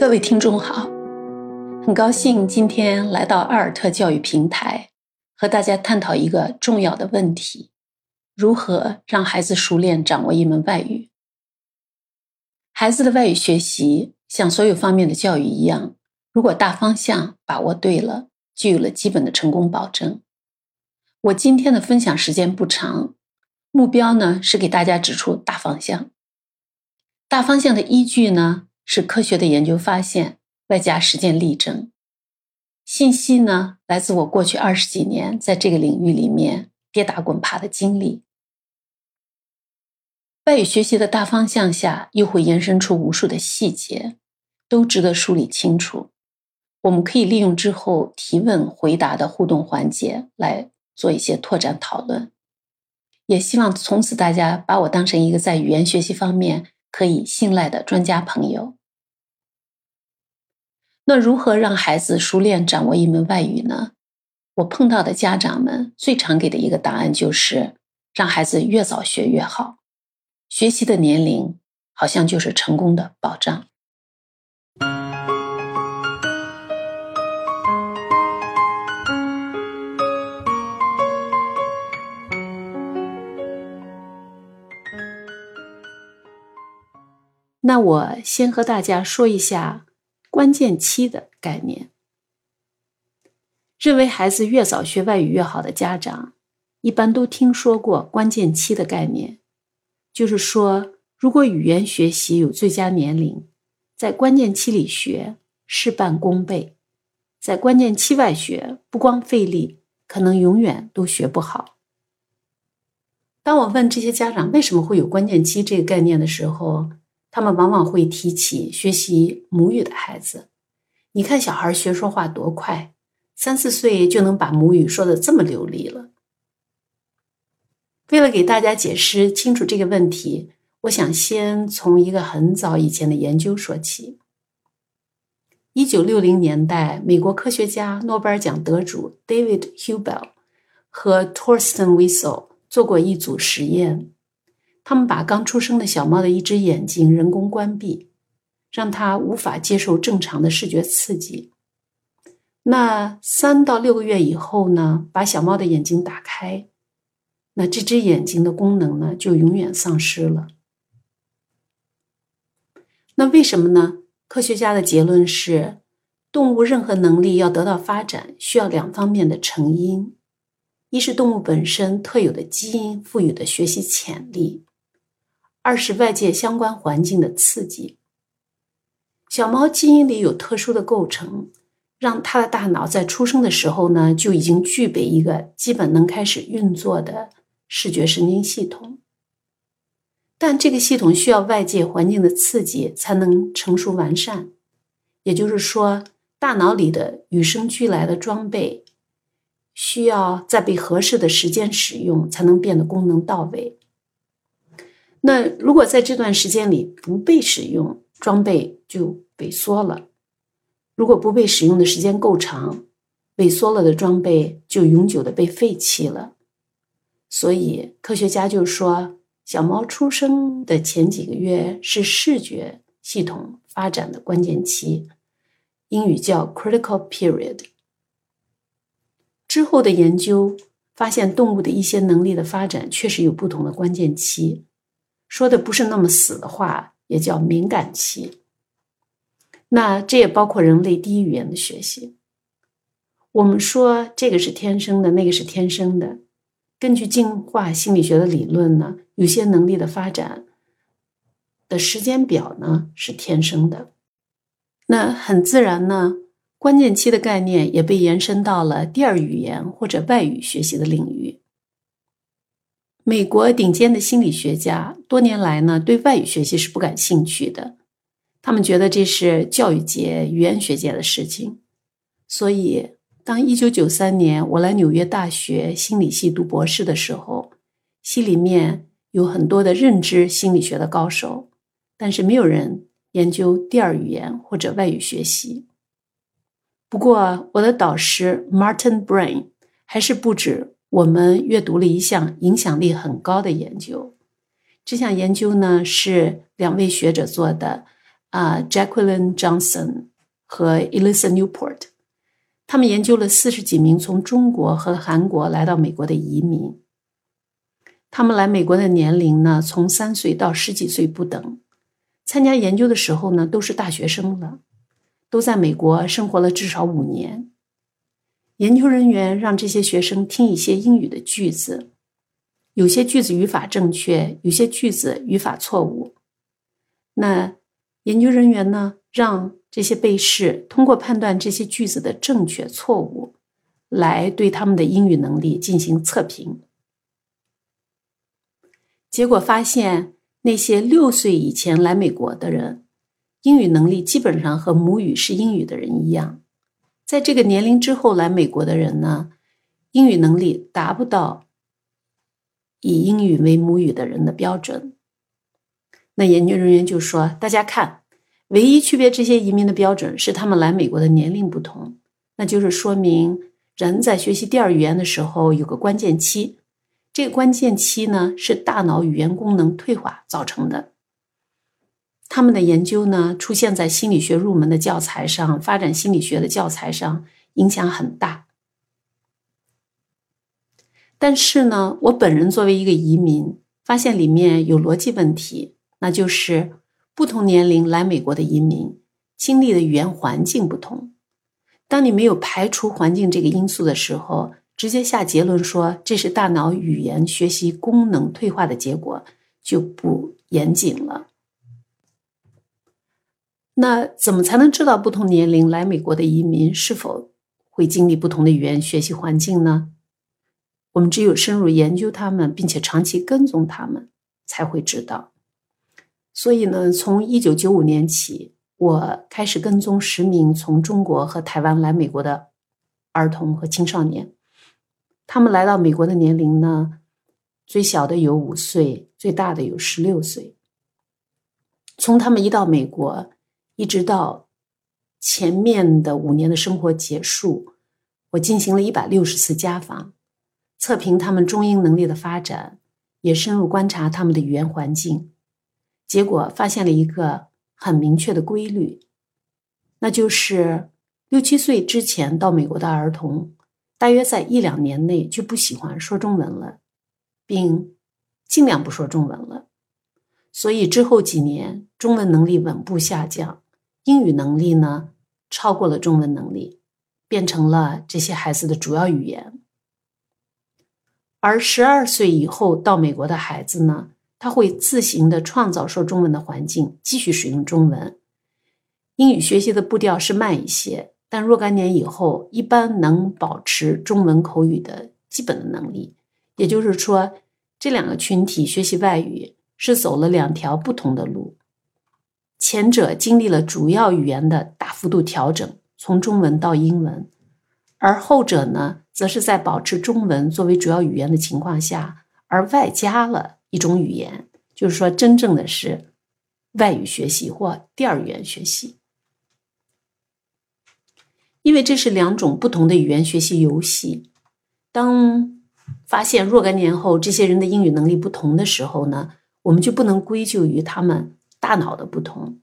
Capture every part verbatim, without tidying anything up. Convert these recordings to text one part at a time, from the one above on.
各位听众好，很高兴今天来到阿尔特教育平台，和大家探讨一个重要的问题：如何让孩子熟练掌握一门外语。孩子的外语学习像所有方面的教育一样，如果大方向把握对了，就有了基本的成功保证。我今天的分享时间不长，目标呢是给大家指出大方向。大方向的依据呢是科学的研究发现，外加实践例证。信息呢来自我过去二十几年在这个领域里面跌打滚爬的经历。外语学习的大方向下，又会延伸出无数的细节，都值得梳理清楚。我们可以利用之后提问回答的互动环节来做一些拓展讨论。也希望从此大家把我当成一个在语言学习方面可以信赖的专家朋友。那如何让孩子熟练掌握一门外语呢？我碰到的家长们最常给的一个答案就是让孩子越早学越好，学习的年龄好像就是成功的保障。那我先和大家说一下关键期的概念。认为孩子越早学外语越好的家长，一般都听说过关键期的概念，就是说，如果语言学习有最佳年龄，在关键期里学，事半功倍；在关键期外学，不光费力，可能永远都学不好。当我问这些家长为什么会有关键期这个概念的时候，他们往往会提起学习母语的孩子。你看小孩学说话多快，三四岁就能把母语说得这么流利了。为了给大家解释清楚这个问题，我想先从一个很早以前的研究说起。一九六零年代，美国科学家诺贝尔奖得主 David Hubel 和 Thorsten Wiesel 做过一组实验。他们把刚出生的小猫的一只眼睛人工关闭，让它无法接受正常的视觉刺激。那三到六个月以后呢，把小猫的眼睛打开，那这只眼睛的功能呢，就永远丧失了。那为什么呢？科学家的结论是，动物任何能力要得到发展，需要两方面的成因。一是动物本身特有的基因赋予的学习潜力，二是外界相关环境的刺激。小猫基因里有特殊的构成，让它的大脑在出生的时候呢，就已经具备一个基本能开始运作的视觉神经系统。但这个系统需要外界环境的刺激才能成熟完善，也就是说，大脑里的与生俱来的装备需要在被合适的时间使用，才能变得功能到位。那如果在这段时间里不被使用，装备就萎缩了。如果不被使用的时间够长，萎缩了的装备就永久的被废弃了。所以科学家就说，小猫出生的前几个月是视觉系统发展的关键期，英语叫 critical period。 之后的研究发现，动物的一些能力的发展确实有不同的关键期，说的不是那么死的话，也叫敏感期。那这也包括人类第一语言的学习。我们说这个是天生的，那个是天生的。根据进化心理学的理论呢，有些能力的发展的时间表呢是天生的。那很自然呢，关键期的概念也被延伸到了第二语言或者外语学习的领域。美国顶尖的心理学家多年来呢，对外语学习是不感兴趣的，他们觉得这是教育界、语言学界的事情。所以当一九九三年我来纽约大学心理系读博士的时候，系里面有很多的认知心理学的高手，但是没有人研究第二语言或者外语学习。不过我的导师 Martin Brain 还是不止我们阅读了一项影响力很高的研究。这项研究呢是两位学者做的， 啊 Jacqueline Johnson 和 Elisa Newport， 他们研究了四十几名从中国和韩国来到美国的移民。他们来美国的年龄呢，从三岁到十几岁不等。参加研究的时候呢，都是大学生了，都在美国生活了至少五年。研究人员让这些学生听一些英语的句子，有些句子语法正确，有些句子语法错误。那研究人员呢，让这些被试通过判断这些句子的正确错误，来对他们的英语能力进行测评。结果发现，那些六岁以前来美国的人，英语能力基本上和母语是英语的人一样。在这个年龄之后来美国的人呢，英语能力达不到以英语为母语的人的标准。那研究人员就说，大家看，唯一区别这些移民的标准是他们来美国的年龄不同，那就是说明人在学习第二语言的时候有个关键期，这个关键期呢是大脑语言功能退化造成的。他们的研究呢出现在心理学入门的教材上，发展心理学的教材上，影响很大。但是呢，我本人作为一个移民，发现里面有逻辑问题，那就是不同年龄来美国的移民经历的语言环境不同。当你没有排除环境这个因素的时候，直接下结论说这是大脑语言学习功能退化的结果，就不严谨了。那怎么才能知道不同年龄来美国的移民是否会经历不同的语言学习环境呢？我们只有深入研究他们，并且长期跟踪他们，才会知道。所以呢，从一九九五年起，我开始跟踪十名从中国和台湾来美国的儿童和青少年。他们来到美国的年龄呢，最小的有五岁，最大的有十六岁。从他们一到美国，一直到前面的五年的生活结束，我进行了一百六十次家访，测评他们中英能力的发展，也深入观察他们的语言环境。结果发现了一个很明确的规律，那就是六七岁之前到美国的儿童，大约在一两年内就不喜欢说中文了，并尽量不说中文了。所以之后几年，中文能力稳步下降，英语能力呢超过了中文能力，变成了这些孩子的主要语言。而十二岁以后到美国的孩子呢，他会自行的创造说中文的环境，继续使用中文。英语学习的步调是慢一些，但若干年以后，一般能保持中文口语的基本的能力。也就是说，这两个群体学习外语是走了两条不同的路。前者经历了主要语言的大幅度调整，从中文到英文，而后者呢，则是在保持中文作为主要语言的情况下，而外加了一种语言，就是说真正的是外语学习或第二语言学习。因为这是两种不同的语言学习游戏，当发现若干年后这些人的英语能力不同的时候呢，我们就不能归咎于他们大脑的不同。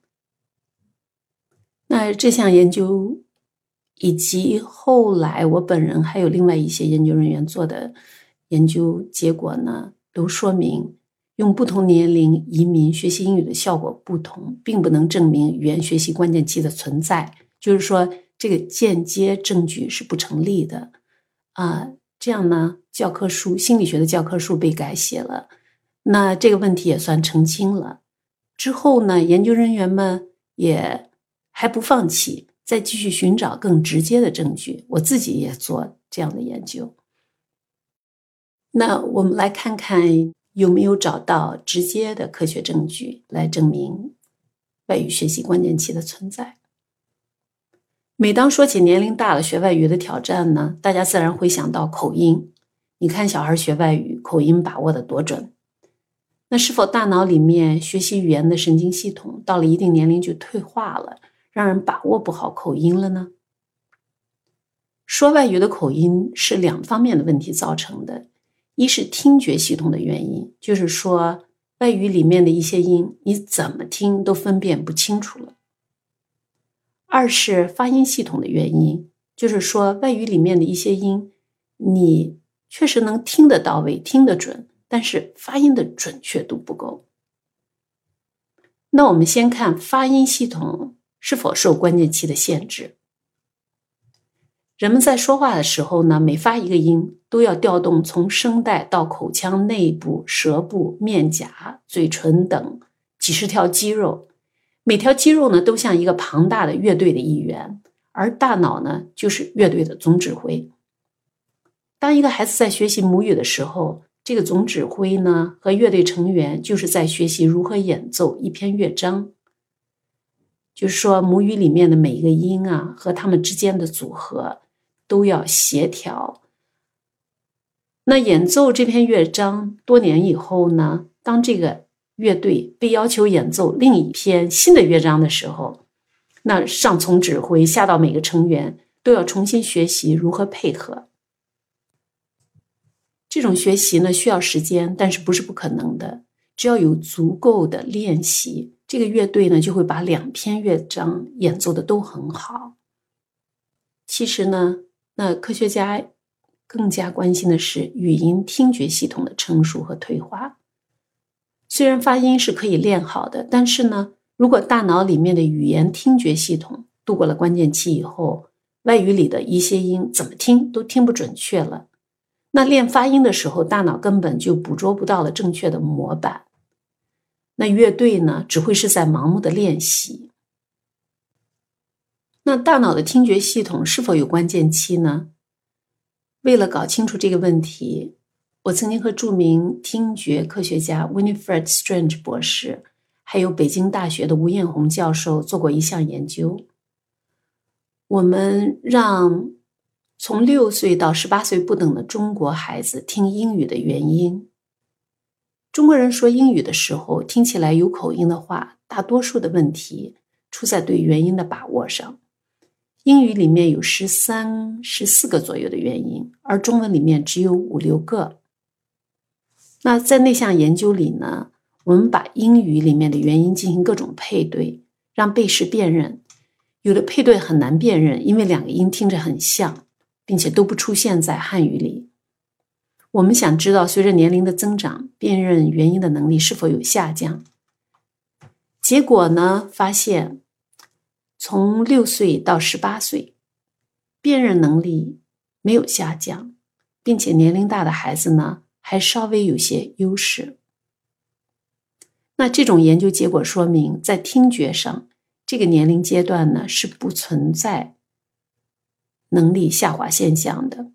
那这项研究以及后来我本人还有另外一些研究人员做的研究结果呢，都说明用不同年龄移民学习英语的效果不同，并不能证明语言学习关键期的存在，就是说这个间接证据是不成立的啊。这样呢，教科书心理学的教科书被改写了，那这个问题也算澄清了。之后呢，研究人员们也还不放弃，再继续寻找更直接的证据。我自己也做这样的研究。那我们来看看有没有找到直接的科学证据来证明外语学习关键期的存在。每当说起年龄大了学外语的挑战呢，大家自然会想到口音。你看小孩学外语，口音把握得多准。那是否大脑里面学习语言的神经系统到了一定年龄就退化了，让人把握不好口音了呢？说外语的口音是两方面的问题造成的，一是听觉系统的原因，就是说外语里面的一些音你怎么听都分辨不清楚了。 二是发音系统的原因，就是说外语里面的一些音，你确实能听得到位，听得准，但是发音的准确度不够。那我们先看发音系统是否受关键期的限制。人们在说话的时候呢，每发一个音都要调动从声带到口腔内部、舌部、面颊、嘴唇等几十条肌肉，每条肌肉呢都像一个庞大的乐队的一员，而大脑呢就是乐队的总指挥。当一个孩子在学习母语的时候，这个总指挥呢和乐队成员就是在学习如何演奏一篇乐章，就是说母语里面的每一个音啊和它们之间的组合都要协调。那演奏这篇乐章多年以后呢，当这个乐队被要求演奏另一篇新的乐章的时候，那上从指挥下到每个成员都要重新学习如何配合。这种学习呢需要时间，但是不是不可能的。只要有足够的练习，这个乐队呢就会把两篇乐章演奏的都很好。其实呢，那科学家更加关心的是语音听觉系统的成熟和退化。虽然发音是可以练好的，但是呢，如果大脑里面的语言听觉系统度过了关键期以后，外语里的一些音怎么听都听不准确了。那练发音的时候，大脑根本就捕捉不到了正确的模板。那乐队呢，只会是在盲目的练习。那大脑的听觉系统是否有关键期呢？为了搞清楚这个问题，我曾经和著名听觉科学家 Winifred Strange 博士，还有北京大学的吴艳红教授做过一项研究。我们让从六岁到十八岁不等的中国孩子听英语的元音。中国人说英语的时候，听起来有口音的话，大多数的问题出在对元音的把握上。英语里面有十三、十四个左右的元音，而中文里面只有五六个。那在那项研究里呢，我们把英语里面的元音进行各种配对，让被试辨认。有的配对很难辨认，因为两个音听着很像，并且都不出现在汉语里。我们想知道随着年龄的增长，辨认元音的能力是否有下降。结果呢，发现从六岁到十八岁，辨认能力没有下降，并且年龄大的孩子呢，还稍微有些优势。那这种研究结果说明，在听觉上，这个年龄阶段呢，是不存在能力下滑现象的。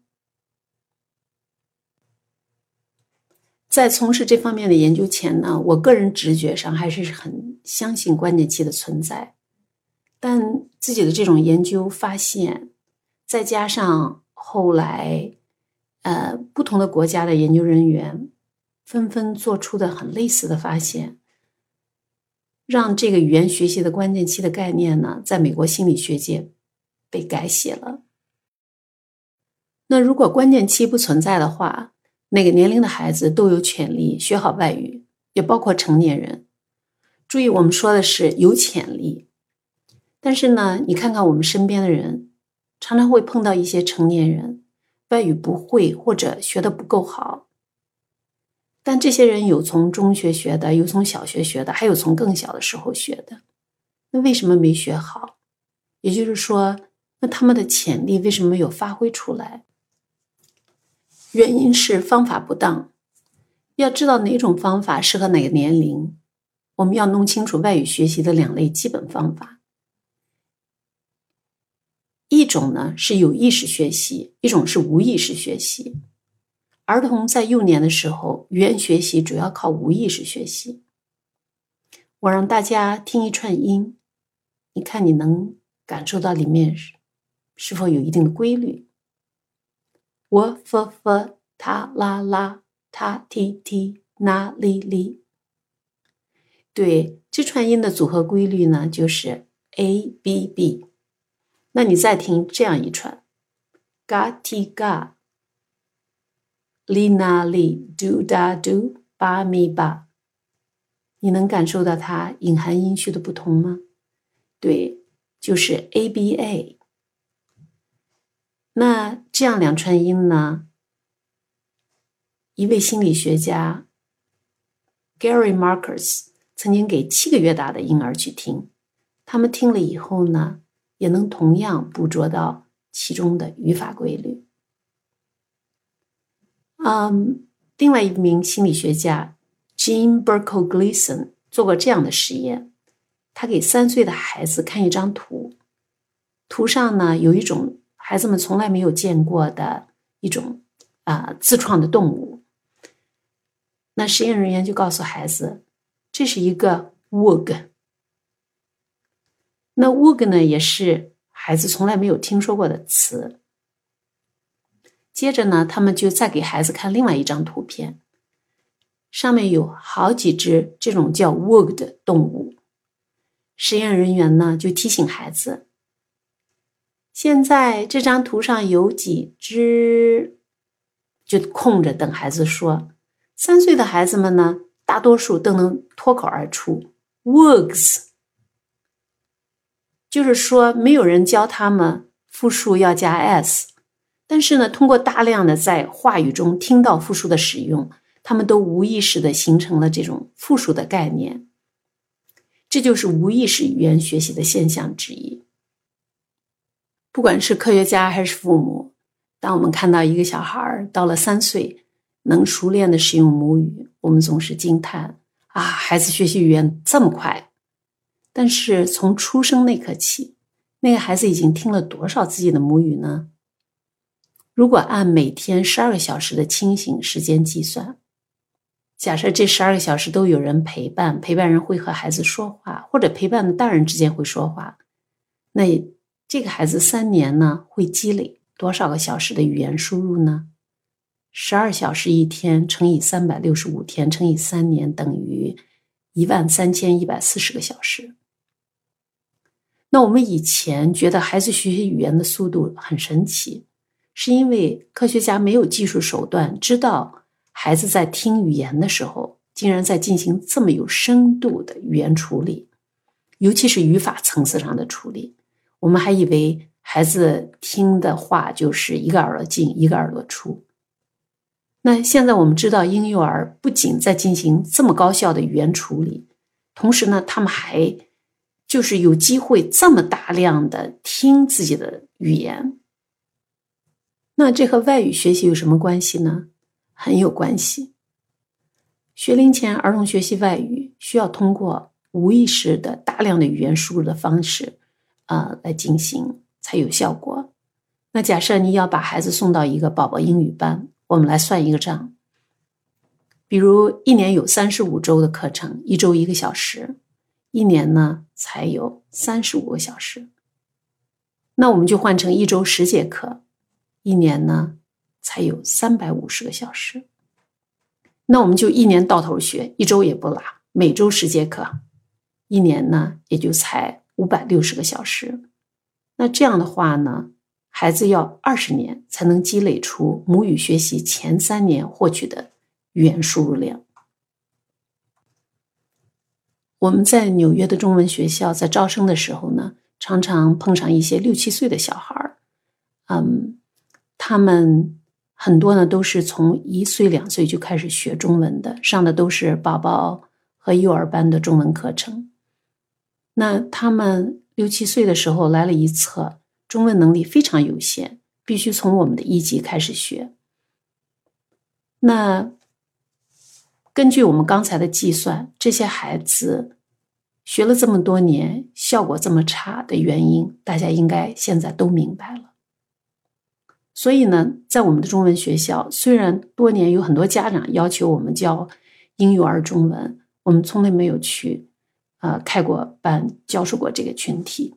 在从事这方面的研究前呢，我个人直觉上还是很相信关键期的存在。但自己的这种研究发现，再加上后来呃，不同的国家的研究人员纷纷做出的很类似的发现，让这个语言学习的关键期的概念呢，在美国心理学界被改写了。那如果关键期不存在的话，哪个年龄的孩子都有潜力学好外语，也包括成年人。注意，我们说的是有潜力。但是呢，你看看我们身边的人，常常会碰到一些成年人，外语不会或者学得不够好。但这些人有从中学学的，有从小学学的，还有从更小的时候学的。那为什么没学好？也就是说，那他们的潜力为什么没有发挥出来？原因是方法不当。要知道哪种方法适合哪个年龄，我们要弄清楚外语学习的两类基本方法。一种呢是有意识学习，一种是无意识学习。儿童在幼年的时候，语言学习主要靠无意识学习。我让大家听一串音，你看你能感受到里面是否有一定的规律。我 f f 他啦啦他 t t 那哩哩。对，这串音的组合规律呢，就是 a b b。那你再听这样一串 ga ti ga li na li do da do ba mi ba， 你能感受到它隐含音序的不同吗？对， 就是 A B A。 那这样两串音呢，一位心理学家 Gary Marcus 曾经给七个月大的婴儿去听，他们听了以后呢，也能同样捕捉到其中的语法规律。嗯，另外一名心理学家 Jean Berko Gleason 做过这样的实验，他给三岁的孩子看一张图，图上呢有一种孩子们从来没有见过的一种、呃、自创的动物。那实验人员就告诉孩子，这是一个 Woog。 那 Woog 呢也是孩子从来没有听说过的词。接着呢，他们就再给孩子看另外一张图片，上面有好几只这种叫 Woog 的动物。实验人员呢就提醒孩子，现在这张图上有几只，就空着等孩子说。三岁的孩子们呢，大多数都能脱口而出 Woogs， 就是说没有人教他们复数要加 s， 但是呢，通过大量的在话语中听到复数的使用，他们都无意识的形成了这种复数的概念。这就是无意识语言学习的现象之一。不管是科学家还是父母，当我们看到一个小孩到了三岁能熟练的使用母语，我们总是惊叹啊，孩子学习语言这么快。但是从出生那刻起，那个孩子已经听了多少自己的母语呢？如果按每天十二个小时的清醒时间计算，假设这十二个小时都有人陪伴，陪伴人会和孩子说话，或者陪伴的大人之间会说话，那这个孩子三年呢会积累多少个小时的语言输入呢？十二小时一天乘以三百六十五天乘以三年等于一万三千一百四十个小时。那我们以前觉得孩子学习语言的速度很神奇，是因为科学家没有技术手段知道孩子在听语言的时候竟然在进行这么有深度的语言处理，尤其是语法层次上的处理。我们还以为孩子听的话就是一个耳朵进一个耳朵出。那现在我们知道婴幼儿不仅在进行这么高效的语言处理，同时呢，他们还就是有机会这么大量的听自己的语言。那这和外语学习有什么关系呢？很有关系。学龄前儿童学习外语需要通过无意识的大量的语言输入的方式呃，来进行才有效果。那假设你要把孩子送到一个宝宝英语班，我们来算一个账，比如一年有三十五周的课程，一周一个小时，一年呢才有三十五个小时。那我们就换成一周十节课，一年呢才有三百五十个小时。那我们就一年到头学，一周也不落，每周十节课，一年呢也就才五百六十个小时。那这样的话呢，孩子要二十年才能积累出母语学习前三年获取的语言输入量。我们在纽约的中文学校在招生的时候呢，常常碰上一些六七岁的小孩，嗯，他们很多呢都是从一岁两岁就开始学中文的，上的都是宝宝和幼儿班的中文课程。那他们六七岁的时候来了一测，中文能力非常有限，必须从我们的一级开始学。那根据我们刚才的计算，这些孩子学了这么多年，效果这么差的原因，大家应该现在都明白了。所以呢，在我们的中文学校，虽然多年有很多家长要求我们教婴幼儿中文，我们从来没有去呃开过班教授过这个群体。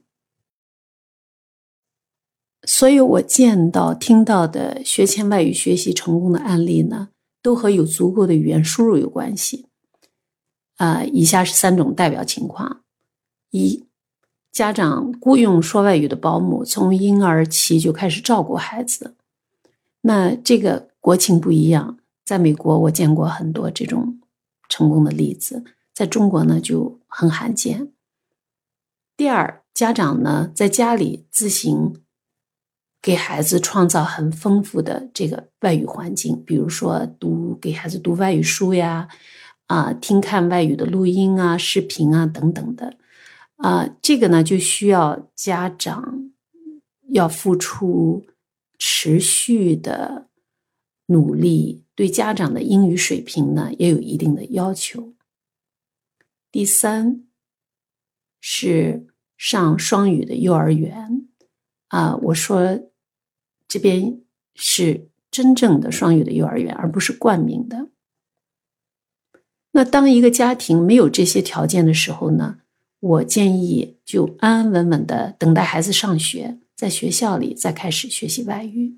所有我见到听到的学前外语学习成功的案例呢，都和有足够的语言输入有关系。呃，以下是三种代表情况。一，家长雇佣说外语的保姆，从婴儿期就开始照顾孩子。那这个国情不一样，在美国我见过很多这种成功的例子，在中国呢就很罕见。第二， 家长呢在家里自行给孩子创造很丰富的这个外语环境，比如说读给孩子读外语书呀，啊，听看外语的录音啊、视频啊等等的，啊，这个呢就需要家长要付出持续的努力，对家长的英语水平呢也有一定的要求。第三是上双语的幼儿园啊，我说这边是真正的双语的幼儿园，而不是冠名的。那当一个家庭没有这些条件的时候呢，我建议就安安稳稳的等待孩子上学，在学校里再开始学习外语。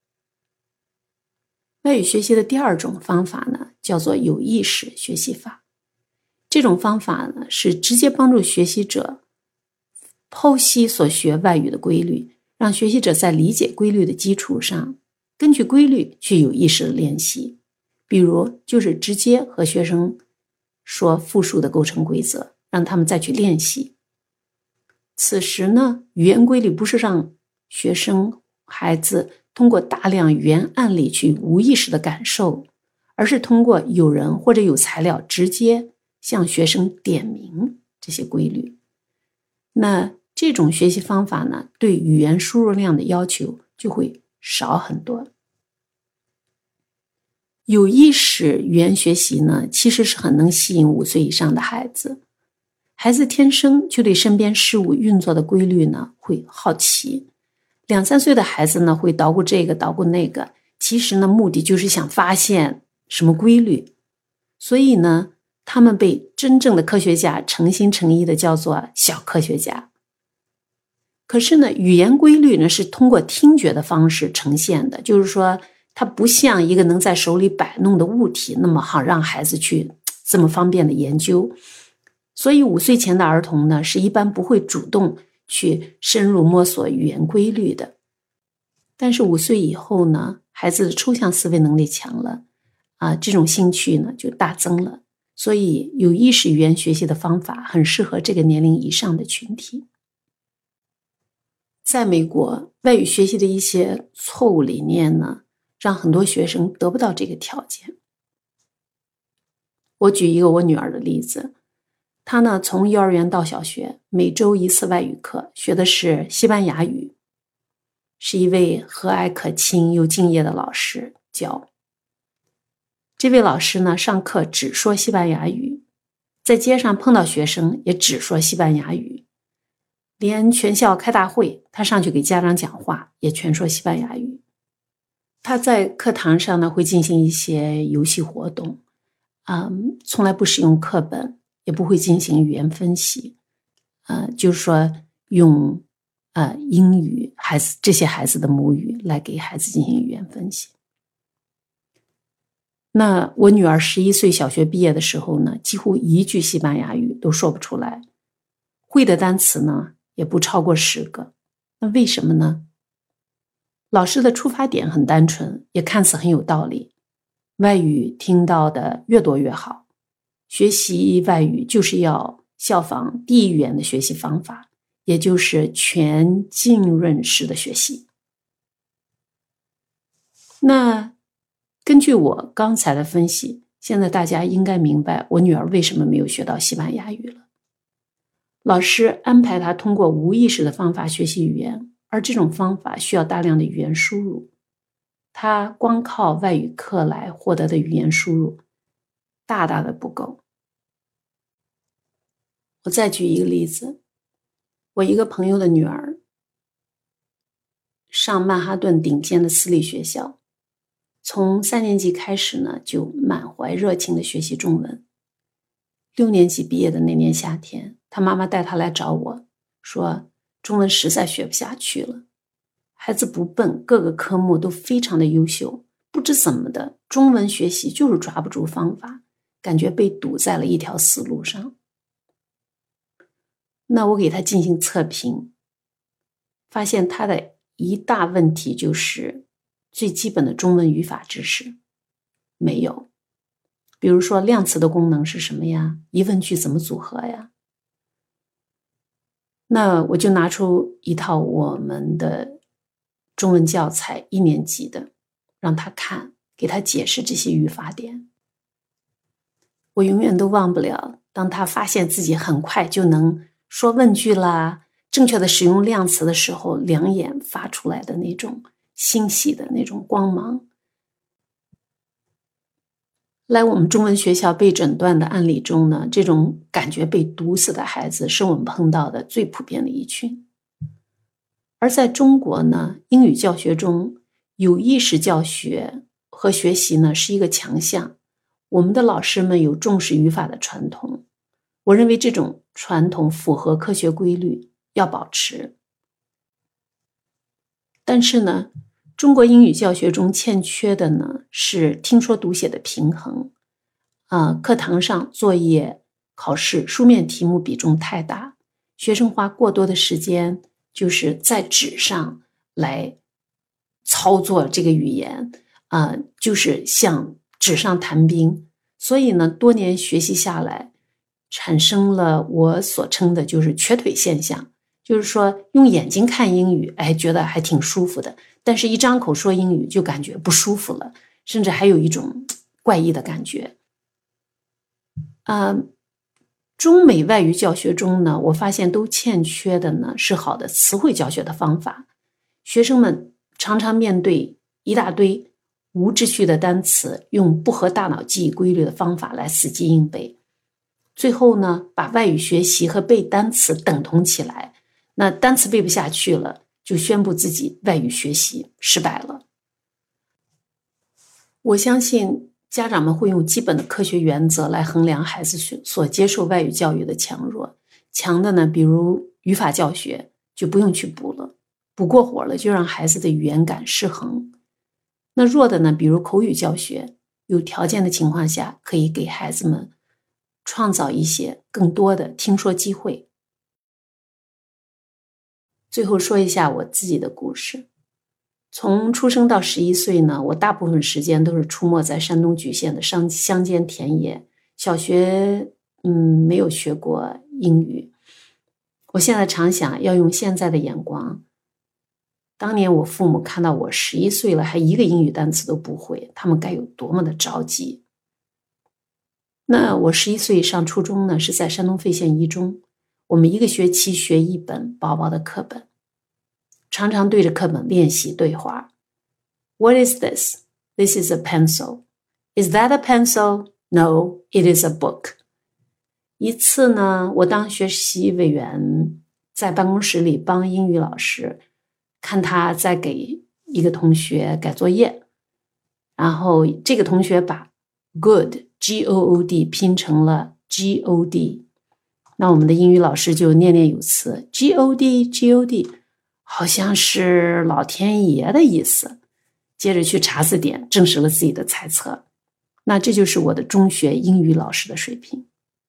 外语学习的第二种方法呢，叫做有意识学习法。这种方法呢，是直接帮助学习者剖析所学外语的规律，让学习者在理解规律的基础上，根据规律去有意识的练习。比如，就是直接和学生说复数的构成规则，让他们再去练习。此时呢，语言规律不是让学生孩子通过大量语言案例去无意识的感受，而是通过有人或者有材料直接向学生点明这些规律。那这种学习方法呢，对语言输入量的要求就会少很多。有意识语言学习呢，其实是很能吸引五岁以上的孩子。孩子天生就对身边事物运作的规律呢会好奇，两三岁的孩子呢会捣鼓这个捣鼓那个，其实呢目的就是想发现什么规律。所以呢，他们被真正的科学家诚心诚意的叫做小科学家。可是呢，语言规律呢是通过听觉的方式呈现的，就是说它不像一个能在手里摆弄的物体那么好让孩子去这么方便的研究。所以五岁前的儿童呢，是一般不会主动去深入摸索语言规律的。但是五岁以后呢，孩子的抽象思维能力强了，啊，这种兴趣呢就大增了。所以有意识语言学习的方法很适合这个年龄以上的群体。在美国，外语学习的一些错误理念呢，让很多学生得不到这个条件。我举一个我女儿的例子，她呢从幼儿园到小学，每周一次外语课，学的是西班牙语，是一位和蔼可亲又敬业的老师教。这位老师呢上课只说西班牙语，在街上碰到学生也只说西班牙语，连全校开大会，他上去给家长讲话也全说西班牙语。他在课堂上呢会进行一些游戏活动，嗯，从来不使用课本，也不会进行语言分析，呃，就是说用呃英语孩子这些孩子的母语来给孩子进行语言分析。那我女儿十一岁小学毕业的时候呢，几乎一句西班牙语都说不出来，会的单词呢也不超过十个。那为什么呢？老师的出发点很单纯，也看似很有道理。外语听到的越多越好，学习外语就是要效仿第一语言的学习方法，也就是全浸润式的学习。那根据我刚才的分析，现在大家应该明白我女儿为什么没有学到西班牙语了。老师安排她通过无意识的方法学习语言，而这种方法需要大量的语言输入。她光靠外语课来获得的语言输入大大的不够。我再举一个例子，我一个朋友的女儿上曼哈顿顶尖的私立学校，从三年级开始呢，就满怀热情的学习中文。六年级毕业的那年夏天，他妈妈带他来找我，说中文实在学不下去了。孩子不笨，各个科目都非常的优秀，不知怎么的，中文学习就是抓不住方法，感觉被堵在了一条死路上。那我给他进行测评，发现他的一大问题就是最基本的中文语法知识没有。比如说量词的功能是什么呀？疑问句怎么组合呀？ 那我就拿出一套我们的中文教材，一年级的，让他看，给他解释这些语法点。我永远都忘不了，当他发现自己很快就能说问句啦，正确的使用量词的时候，两眼发出来的那种欣喜的那种光芒。来我们中文学校被诊断的案例中呢，这种感觉被毒死的孩子是我们碰到的最普遍的一群。而在中国呢，英语教学中有意识教学和学习呢是一个强项，我们的老师们有重视语法的传统，我认为这种传统符合科学规律，要保持。但是呢，中国英语教学中欠缺的呢是听说读写的平衡。呃，课堂上作业、考试、书面题目比重太大，学生花过多的时间就是在纸上来操作这个语言，呃，就是像纸上谈兵。所以呢，多年学习下来，产生了我所称的就是瘸腿现象。就是说用眼睛看英语，哎，觉得还挺舒服的，但是一张口说英语就感觉不舒服了，甚至还有一种怪异的感觉。呃，中美外语教学中呢，我发现都欠缺的呢是好的词汇教学的方法。学生们常常面对一大堆无秩序的单词，用不合大脑记忆规律的方法来死记硬背，最后呢，把外语学习和背单词等同起来。那单词背不下去了，就宣布自己外语学习失败了。我相信家长们会用基本的科学原则来衡量孩子所接受外语教育的强弱。强的呢，比如语法教学，就不用去补了，补过火了就让孩子的语言感失衡。那弱的呢，比如口语教学，有条件的情况下，可以给孩子们创造一些更多的听说机会。最后说一下我自己的故事。从出生到十一岁呢，我大部分时间都是出没在山东莒县的乡乡间田野。小学嗯没有学过英语。我现在常想，要用现在的眼光，当年我父母看到我十一岁了，还一个英语单词都不会，他们该有多么的着急。那我十一岁上初中呢，是在山东费县一中，我们一个学期学一本薄薄的课本，常常对着课本练习对话。 What is this? This is a pencil. Is that a pencil? No, it is a book. 一次呢，我当学习委员，在办公室里帮英语老师，看他在给一个同学改作业，然后这个同学把 good G O O D 拼成了 G O D， 那我们的英语老师就念念有词， G O D G O D 好像是老天爷的意思，接着去查字典，证实了自己的猜测。那这就是我的中学英语老师的水平。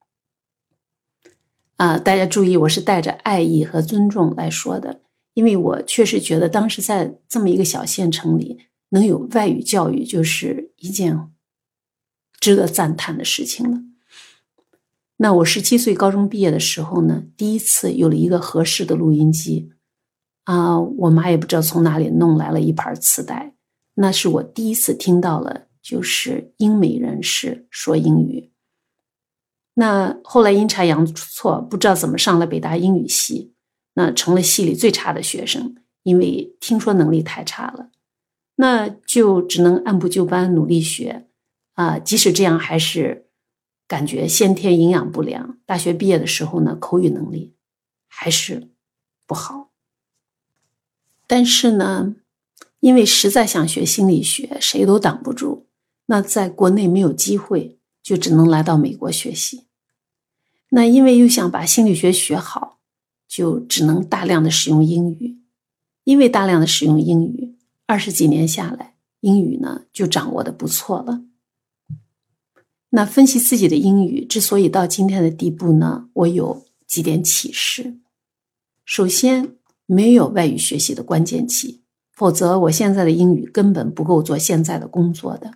啊、呃，大家注意，我是带着爱意和尊重来说的，因为我确实觉得当时在这么一个小县城里，能有外语教育就是一件值得赞叹的事情了。那我十七岁高中毕业的时候呢，第一次有了一个合适的录音机啊、呃，我妈也不知道从哪里弄来了一盘磁带，那是我第一次听到了就是英美人士说英语。那后来阴差阳错，不知道怎么上了北大英语系，那成了系里最差的学生，因为听说能力太差了，那就只能按部就班努力学啊、呃，即使这样还是感觉先天营养不良，大学毕业的时候呢，口语能力还是不好。但是呢，因为实在想学心理学，谁都挡不住，那在国内没有机会，就只能来到美国学习。那因为又想把心理学学好，就只能大量的使用英语。因为大量的使用英语，二十几年下来，英语呢就掌握的不错了。那分析自己的英语之所以到今天的地步呢，我有几点启示。首先，没有外语学习的关键期，否则我现在的英语根本不够做现在的工作的。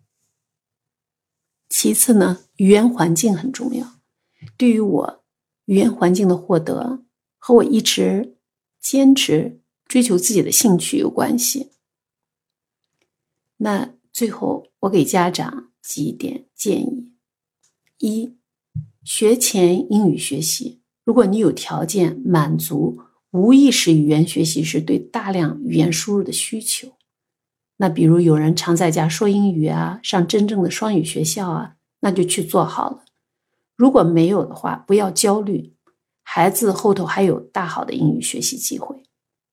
其次呢，语言环境很重要。对于我，语言环境的获得和我一直坚持追求自己的兴趣有关系。那最后我给家长几点建议：一，学前英语学习，如果你有条件满足无意识语言学习时对大量语言输入的需求，那比如有人常在家说英语啊，上真正的双语学校啊，那就去做好了。如果没有的话，不要焦虑，孩子后头还有大好的英语学习机会。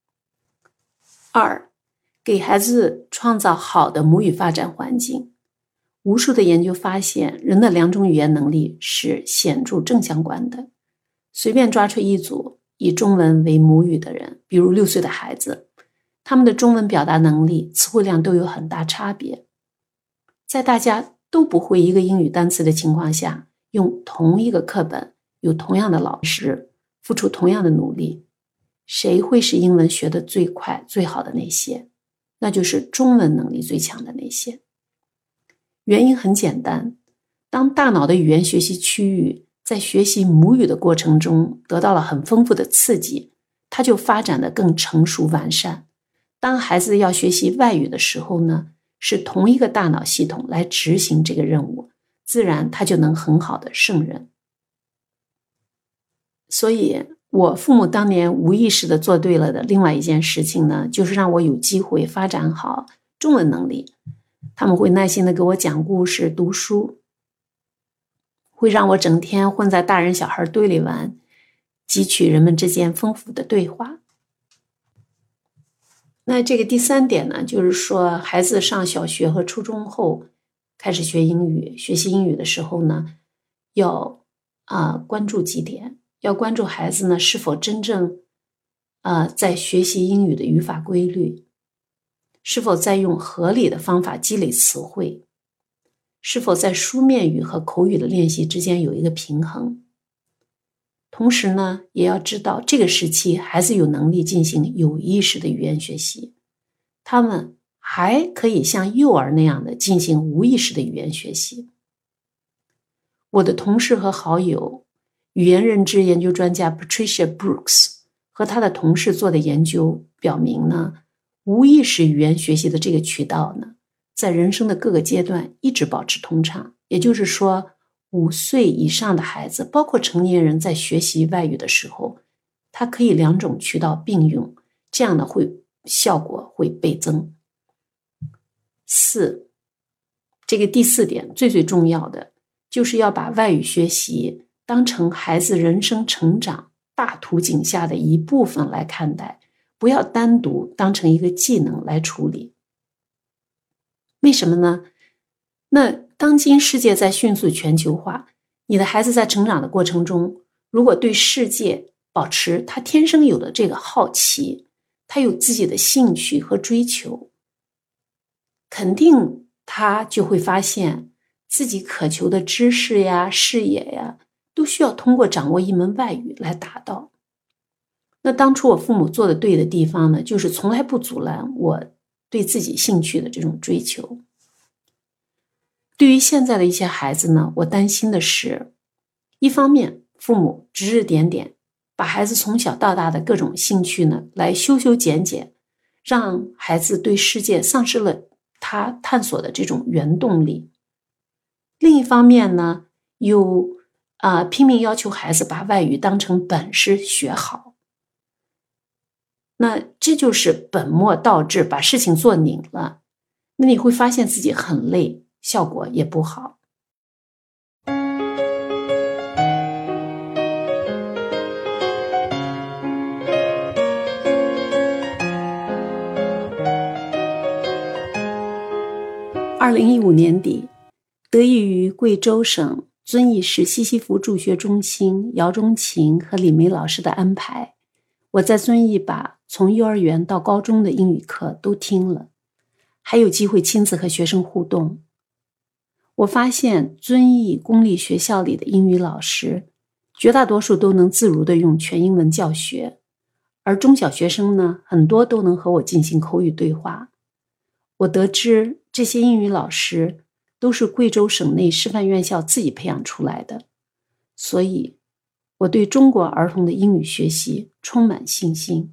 二，给孩子创造好的母语发展环境。无数的研究发现，人的两种语言能力是显著正相关的。随便抓出一组以中文为母语的人，比如六岁的孩子，他们的中文表达能力、词汇量都有很大差别。在大家都不会一个英语单词的情况下，用同一个课本，有同样的老师，付出同样的努力，谁会是英文学得最快最好的那些？那就是中文能力最强的那些。原因很简单，当大脑的语言学习区域在学习母语的过程中得到了很丰富的刺激，它就发展得更成熟完善。当孩子要学习外语的时候呢，是同一个大脑系统来执行这个任务，自然他就能很好的胜任。所以我父母当年无意识的做对了的另外一件事情呢，就是让我有机会发展好中文能力。他们会耐心的给我讲故事、读书，会让我整天混在大人小孩堆里玩，汲取人们之间丰富的对话。那这个第三点呢，就是说孩子上小学和初中后开始学英语，学习英语的时候呢，要啊、呃、关注几点，要关注孩子呢是否真正啊、呃、在学习英语的语法规律，是否在用合理的方法积累词汇，是否在书面语和口语的练习之间有一个平衡。同时呢，也要知道这个时期孩子有能力进行有意识的语言学习，他们还可以像幼儿那样的进行无意识的语言学习。我的同事和好友，语言认知研究专家 Patricia Brooks 和他的同事做的研究表明呢，无意识语言学习的这个渠道呢，在人生的各个阶段一直保持通畅。也就是说，五岁以上的孩子，包括成年人，在学习外语的时候，他可以两种渠道并用，这样呢会效果会倍增。四，这个第四点最最重要的，就是要把外语学习当成孩子人生成长大图景下的一部分来看待，不要单独当成一个技能来处理。为什么呢？那当今世界在迅速全球化，你的孩子在成长的过程中，如果对世界保持他天生有的这个好奇，他有自己的兴趣和追求，肯定他就会发现自己渴求的知识呀、视野呀，都需要通过掌握一门外语来达到。那当初我父母做的对的地方呢，就是从来不阻拦我对自己兴趣的这种追求。对于现在的一些孩子呢，我担心的是，一方面父母指指点点，把孩子从小到大的各种兴趣呢来修修剪剪，让孩子对世界丧失了他探索的这种原动力。另一方面呢，又啊、呃、拼命要求孩子把外语当成本事学好。那这就是本末倒置，把事情做拧了。那你会发现自己很累，效果也不好。二零一五年底，得益于贵州省遵义市西西弗助学中心姚中琴和李梅老师的安排，我在遵义把从幼儿园到高中的英语课都听了，还有机会亲自和学生互动。我发现遵义公立学校里的英语老师，绝大多数都能自如地用全英文教学，而中小学生呢，很多都能和我进行口语对话。我得知这些英语老师都是贵州省内师范院校自己培养出来的，所以我对中国儿童的英语学习充满信心。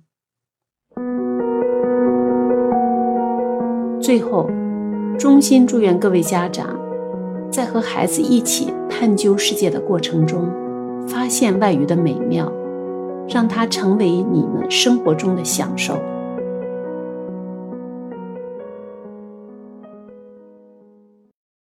最后，衷心祝愿各位家长在和孩子一起探究世界的过程中，发现外语的美妙，让它成为你们生活中的享受。